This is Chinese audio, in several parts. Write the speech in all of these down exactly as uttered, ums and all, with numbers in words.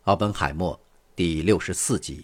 奥本海默第六十四集。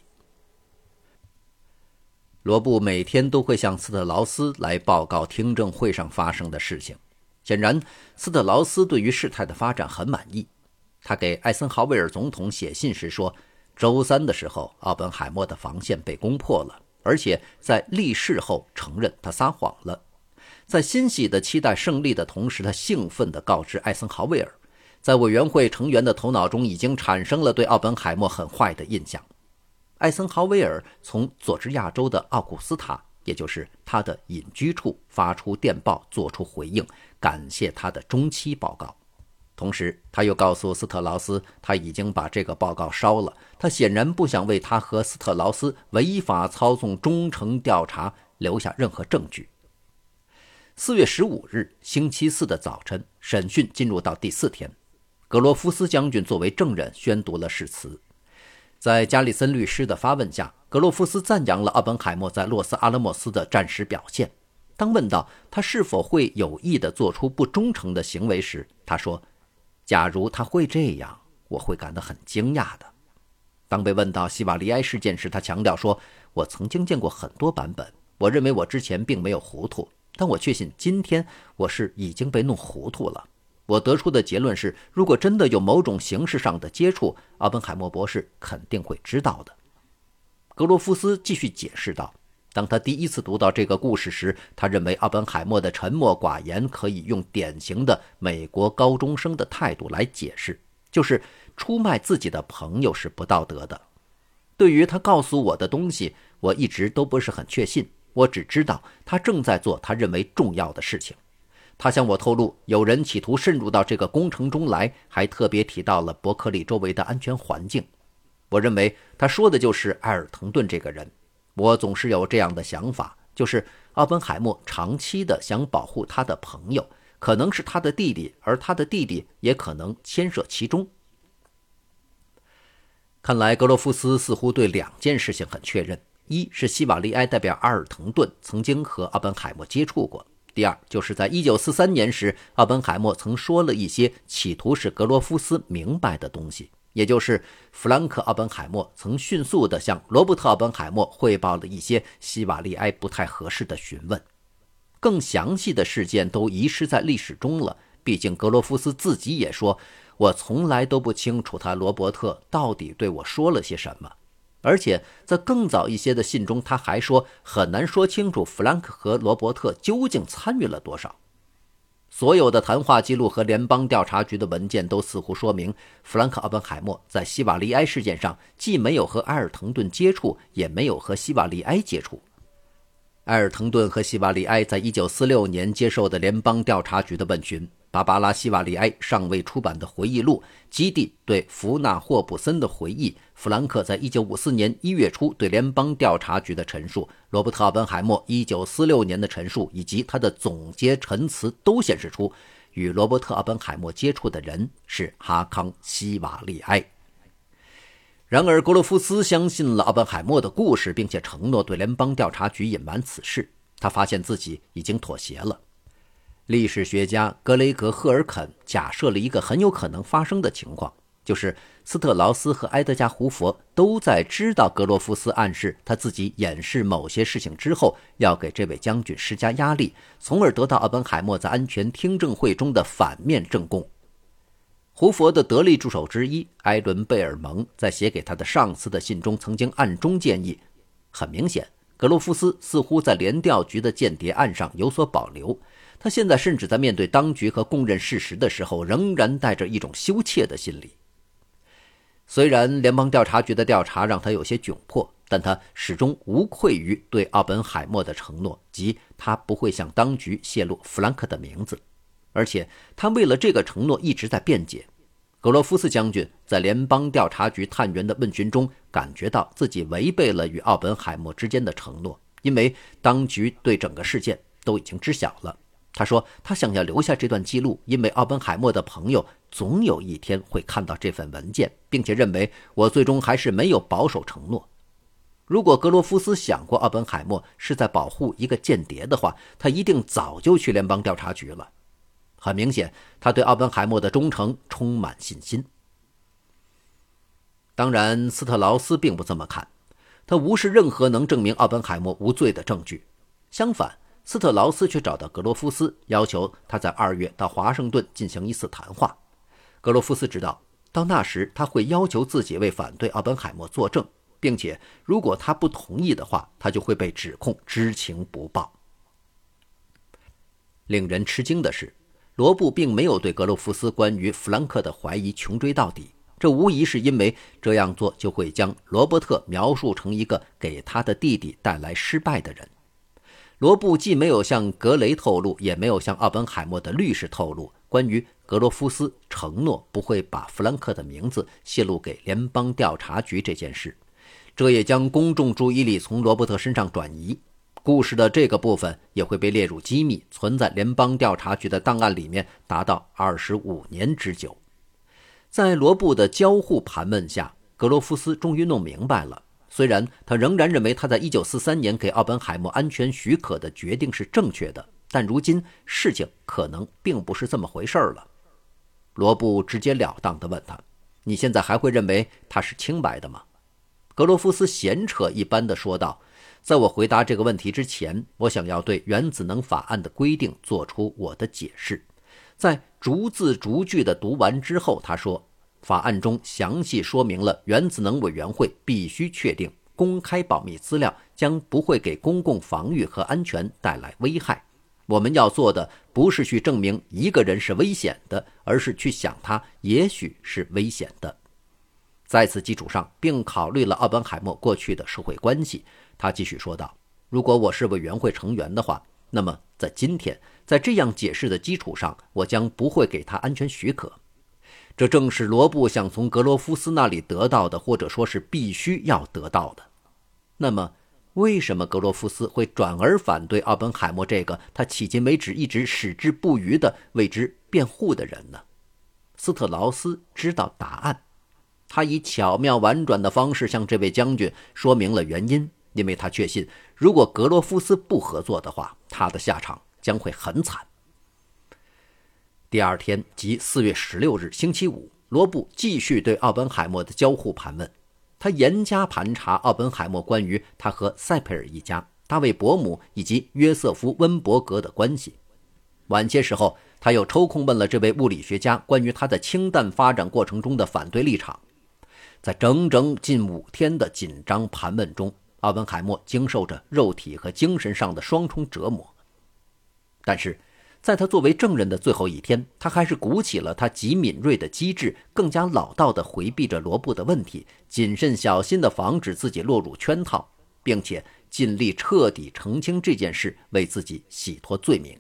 罗布每天都会向斯特劳斯来报告听证会上发生的事情。显然，斯特劳斯对于事态的发展很满意。他给艾森豪威尔总统写信时说，周三的时候，奥本海默的防线被攻破了，而且在立事后承认他撒谎了。在欣喜地期待胜利的同时，他兴奋地告知艾森豪威尔，在委员会成员的头脑中已经产生了对奥本海默很坏的印象。艾森豪威尔从佐治亚州的奥古斯塔，也就是他的隐居处发出电报做出回应，感谢他的中期报告。同时他又告诉斯特劳斯，他已经把这个报告烧了，他显然不想为他和斯特劳斯违法操纵中程调查留下任何证据。四月十五日星期四的早晨，审讯进入到第四天，格罗夫斯将军作为证人宣读了誓词。在加里森律师的发问下，格罗夫斯赞扬了奥本海默在洛斯阿拉莫斯的战时表现。当问到他是否会有意地做出不忠诚的行为时，他说，假如他会这样，我会感到很惊讶的。当被问到西瓦利埃事件时，他强调说，我曾经见过很多版本，我认为我之前并没有糊涂，但我确信今天我是已经被弄糊涂了。我得出的结论是，如果真的有某种形式上的接触，奥本海默博士肯定会知道的。格罗夫斯继续解释道，当他第一次读到这个故事时，他认为奥本海默的沉默寡言可以用典型的美国高中生的态度来解释，就是出卖自己的朋友是不道德的。对于他告诉我的东西，我一直都不是很确信，我只知道他正在做他认为重要的事情。他向我透露，有人企图渗入到这个工程中来，还特别提到了伯克利周围的安全环境。我认为他说的就是埃尔滕顿这个人。我总是有这样的想法，就是奥本海默长期的想保护他的朋友，可能是他的弟弟，而他的弟弟也可能牵涉其中。看来格罗夫斯似乎对两件事情很确认，一是西瓦利埃代表阿尔滕顿曾经和奥本海默接触过，第二就是在一九四三年时，奥本海默曾说了一些企图使格罗夫斯明白的东西，也就是弗兰克·奥本海默曾迅速地向罗伯特·奥本海默汇报了一些西瓦利埃不太合适的询问。更详细的事件都遗失在历史中了，毕竟格罗夫斯自己也说，我从来都不清楚他罗伯特到底对我说了些什么。而且在更早一些的信中，他还说很难说清楚弗兰克和罗伯特究竟参与了多少。所有的谈话记录和联邦调查局的文件都似乎说明，弗兰克·奥本海默在西瓦利埃事件上既没有和埃尔滕顿接触，也没有和西瓦利埃接触。埃尔滕顿和西瓦利埃在一九四六年接受的联邦调查局的问询，芭芭拉·西瓦利埃尚未出版的回忆录，基地对弗纳·霍普森的回忆，弗兰克在一九五四年一月初对联邦调查局的陈述，罗伯特·奥本海默一九四六年的陈述以及他的总结陈词都显示出，与罗伯特·奥本海默接触的人是哈康·西瓦利埃。然而格罗夫斯相信了奥本海默的故事，并且承诺对联邦调查局隐瞒此事。他发现自己已经妥协了。历史学家格雷格·赫尔肯假设了一个很有可能发生的情况，就是斯特劳斯和埃德加·胡佛都在知道格罗夫斯暗示他自己掩饰某些事情之后，要给这位将军施加压力，从而得到奥本海默在安全听证会中的反面证供。胡佛的得力助手之一埃伦·贝尔蒙在写给他的上司的信中曾经暗中建议，很明显格罗夫斯似乎在联调局的间谍案上有所保留，他现在甚至在面对当局和供认事实的时候仍然带着一种羞怯的心理。虽然联邦调查局的调查让他有些窘迫，但他始终无愧于对奥本海默的承诺，即他不会向当局泄露弗兰克的名字。而且他为了这个承诺一直在辩解。格罗夫斯将军在联邦调查局探员的问询中感觉到自己违背了与奥本海默之间的承诺，因为当局对整个事件都已经知晓了。他说他想要留下这段记录，因为奥本海默的朋友总有一天会看到这份文件，并且认为我最终还是没有保守承诺。如果格罗夫斯想过奥本海默是在保护一个间谍的话，他一定早就去联邦调查局了。很明显，他对奥本海默的忠诚充满信心。 当然，斯特劳斯并不这么看，他无视任何能证明奥本海默无罪的证据。相反，斯特劳斯却找到格罗夫斯，要求他在二月到华盛顿进行一次谈话。格罗夫斯知道，到那时他会要求自己为反对奥本海默作证，并且如果他不同意的话，他就会被指控知情不报。令人吃惊的是，罗布并没有对格罗夫斯关于弗兰克的怀疑穷追到底，这无疑是因为这样做就会将罗伯特描述成一个给他的弟弟带来失败的人。罗布既没有向格雷透露，也没有向奥本海默的律师透露关于格罗夫斯承诺不会把弗兰克的名字泄露给联邦调查局这件事，这也将公众注意力从罗伯特身上转移。故事的这个部分也会被列入机密，存在联邦调查局的档案里面，达到二十五年之久。在罗布的交互盘问下，格罗夫斯终于弄明白了，虽然他仍然认为他在一九四三年给奥本海默安全许可的决定是正确的，但如今事情可能并不是这么回事了。罗布直截了当地问他：你现在还会认为他是清白的吗？格罗夫斯闲扯一般地说道：在我回答这个问题之前，我想要对原子能法案的规定做出我的解释。在逐字逐句地读完之后，他说，法案中详细说明了原子能委员会必须确定公开保密资料将不会给公共防御和安全带来危害。我们要做的不是去证明一个人是危险的，而是去想他也许是危险的。在此基础上，并考虑了奥本海默过去的社会关系，他继续说道，如果我是委员会成员的话，那么在今天，在这样解释的基础上，我将不会给他安全许可。这正是罗布想从格罗夫斯那里得到的，或者说是必须要得到的。那么为什么格罗夫斯会转而反对奥本海默这个他迄今为止一直矢志不渝地为之辩护的人呢？斯特劳斯知道答案，他以巧妙婉转的方式向这位将军说明了原因，因为他确信，如果格罗夫斯不合作的话，他的下场将会很惨。第二天，即四月十六日星期五，罗布继续对奥本海默的交互盘问。他严加盘查奥本海默关于他和塞佩尔一家、大卫伯姆以及约瑟夫温伯格的关系。晚些时候，他又抽空问了这位物理学家关于他在氢弹发展过程中的反对立场。在整整近五天的紧张盘问中，奥本海默经受着肉体和精神上的双重折磨。但是在他作为证人的最后一天，他还是鼓起了他极敏锐的机智，更加老道地回避着罗布的问题，谨慎小心地防止自己落入圈套，并且尽力彻底澄清这件事，为自己洗脱罪名。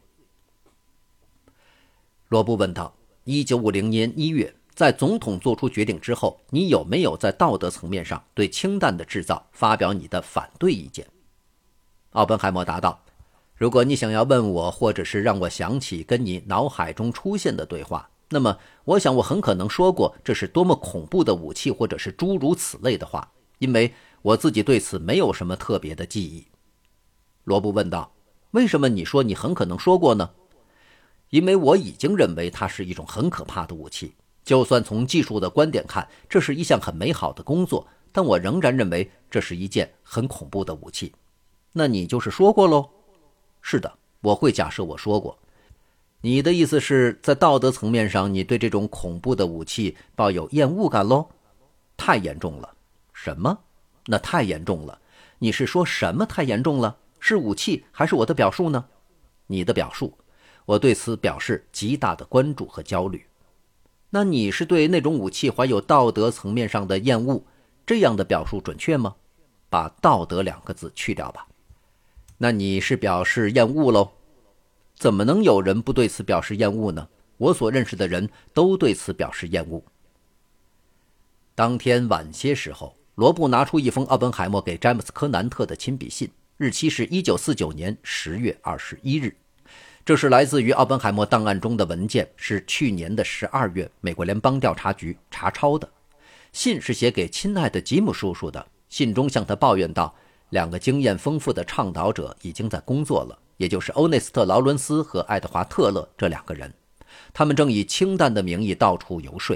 罗布问道，一九五零年一月，在总统做出决定之后，你有没有在道德层面上对氢弹的制造发表你的反对意见？奥本海默答道，如果你想要问我，或者是让我想起跟你脑海中出现的对话，那么我想我很可能说过这是多么恐怖的武器，或者是诸如此类的话，因为我自己对此没有什么特别的记忆。罗布问道，为什么你说你很可能说过呢？因为我已经认为它是一种很可怕的武器，就算从技术的观点看，这是一项很美好的工作，但我仍然认为这是一件很恐怖的武器。那你就是说过喽？是的，我会假设我说过。你的意思是在道德层面上，你对这种恐怖的武器抱有厌恶感喽？太严重了。什么？那太严重了。你是说什么太严重了？是武器还是我的表述呢？你的表述。我对此表示极大的关注和焦虑。那你是对那种武器怀有道德层面上的厌恶，这样的表述准确吗？把道德两个字去掉吧。那你是表示厌恶喽？怎么能有人不对此表示厌恶呢？我所认识的人都对此表示厌恶。当天晚些时候，罗布拿出一封奥本海默给詹姆斯·柯南特的亲笔信，日期是一九四九年十月二十一日。这是来自于奥本海默档案中的文件，是去年的十二月美国联邦调查局查抄的。信是写给亲爱的吉姆叔叔的，信中向他抱怨道，两个经验丰富的倡导者已经在工作了，也就是欧内斯特·劳伦斯和爱德华·特勒这两个人。他们正以氢弹的名义到处游说。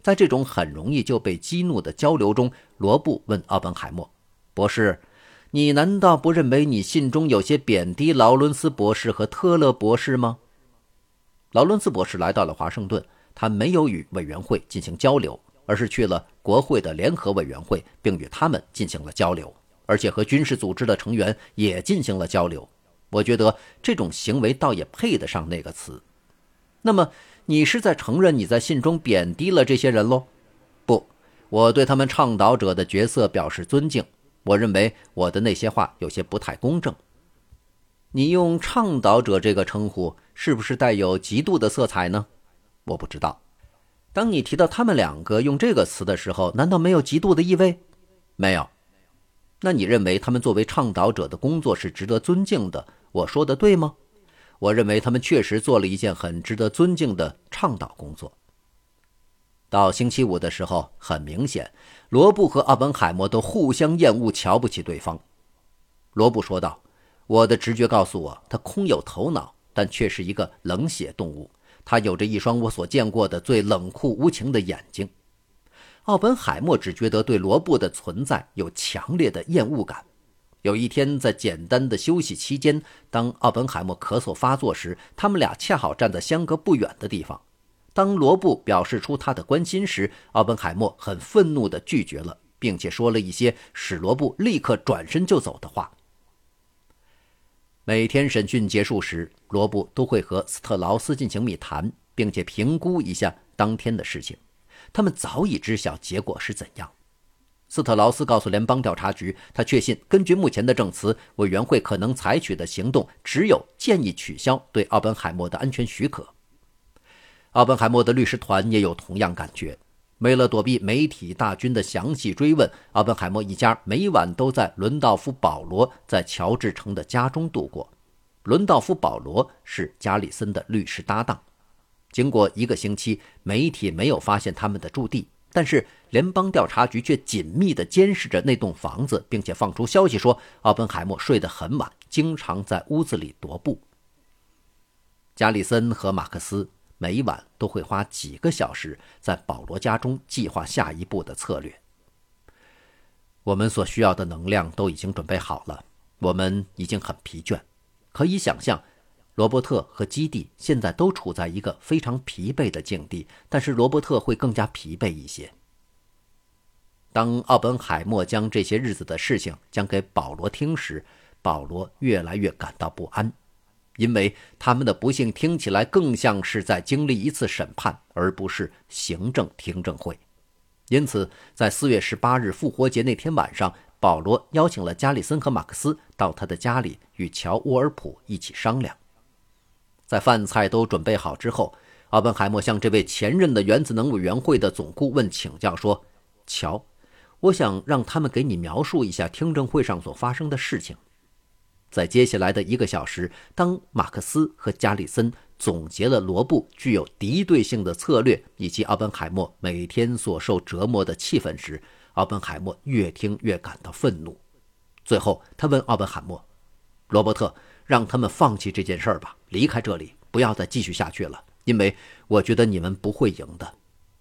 在这种很容易就被激怒的交流中，罗布问奥本海默：博士，你难道不认为你信中有些贬低劳伦斯博士和特勒博士吗？劳伦斯博士来到了华盛顿，他没有与委员会进行交流，而是去了国会的联合委员会，并与他们进行了交流，而且和军事组织的成员也进行了交流。我觉得这种行为倒也配得上那个词。那么你是在承认你在信中贬低了这些人咯？不，我对他们倡导者的角色表示尊敬，我认为我的那些话有些不太公正。你用倡导者这个称呼是不是带有嫉妒的色彩呢？我不知道。当你提到他们两个用这个词的时候，难道没有嫉妒的意味？没有。那你认为他们作为倡导者的工作是值得尊敬的，我说的对吗？我认为他们确实做了一件很值得尊敬的倡导工作。到星期五的时候，很明显，罗布和奥本海默都互相厌恶，瞧不起对方。罗布说道：我的直觉告诉我，他空有头脑，但却是一个冷血动物，他有着一双我所见过的最冷酷无情的眼睛。奥本海默只觉得对罗布的存在有强烈的厌恶感。有一天在简单的休息期间，当奥本海默咳嗽发作时，他们俩恰好站在相隔不远的地方。当罗布表示出他的关心时，奥本海默很愤怒地拒绝了，并且说了一些使罗布立刻转身就走的话。每天审讯结束时，罗布都会和斯特劳斯进行密谈，并且评估一下当天的事情。他们早已知晓结果是怎样。斯特劳斯告诉联邦调查局，他确信根据目前的证词，委员会可能采取的行动只有建议取消对奥本海默的安全许可。奥本海默的律师团也有同样感觉。为了躲避媒体大军的详细追问，奥本海默一家每晚都在伦道夫·保罗在乔治城的家中度过。伦道夫·保罗是加里森的律师搭档。经过一个星期，媒体没有发现他们的驻地，但是联邦调查局却紧密地监视着那栋房子，并且放出消息说奥本海默睡得很晚，经常在屋子里踱步。加里森和马克思每晚都会花几个小时在保罗家中计划下一步的策略。我们所需要的能量都已经准备好了，我们已经很疲倦。可以想象，罗伯特和基地现在都处在一个非常疲惫的境地，但是罗伯特会更加疲惫一些。当奥本海默将这些日子的事情讲给保罗听时，保罗越来越感到不安，因为他们的不幸听起来更像是在经历一次审判，而不是行政听证会。因此在四月十八日复活节那天晚上，保罗邀请了加里森和马克思到他的家里与乔·沃尔普一起商量。在饭菜都准备好之后，奥本海默向这位前任的原子能委员会的总顾问请教说：乔，我想让他们给你描述一下听证会上所发生的事情。在接下来的一个小时，当马克思和加里森总结了罗布具有敌对性的策略以及奥本海默每天所受折磨的气氛时，奥本海默越听越感到愤怒。最后他问奥本海默：罗伯特，让他们放弃这件事儿吧，离开这里，不要再继续下去了，因为我觉得你们不会赢的。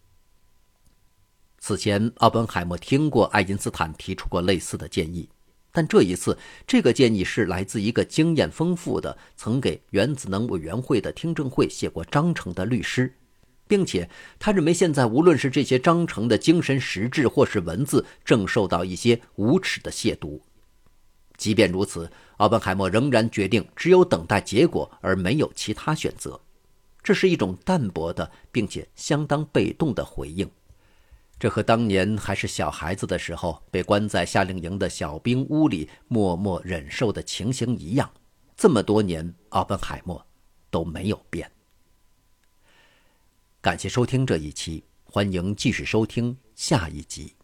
此前奥本海默听过爱因斯坦提出过类似的建议，但这一次这个建议是来自一个经验丰富的曾给原子能委员会的听证会写过章程的律师，并且他认为现在无论是这些章程的精神实质或是文字正受到一些无耻的亵渎。即便如此，奥本海默仍然决定只有等待结果而没有其他选择。这是一种淡薄的并且相当被动的回应。这和当年还是小孩子的时候被关在夏令营的小冰屋里默默忍受的情形一样，这么多年奥本海默都没有变。感谢收听这一期，欢迎继续收听下一集。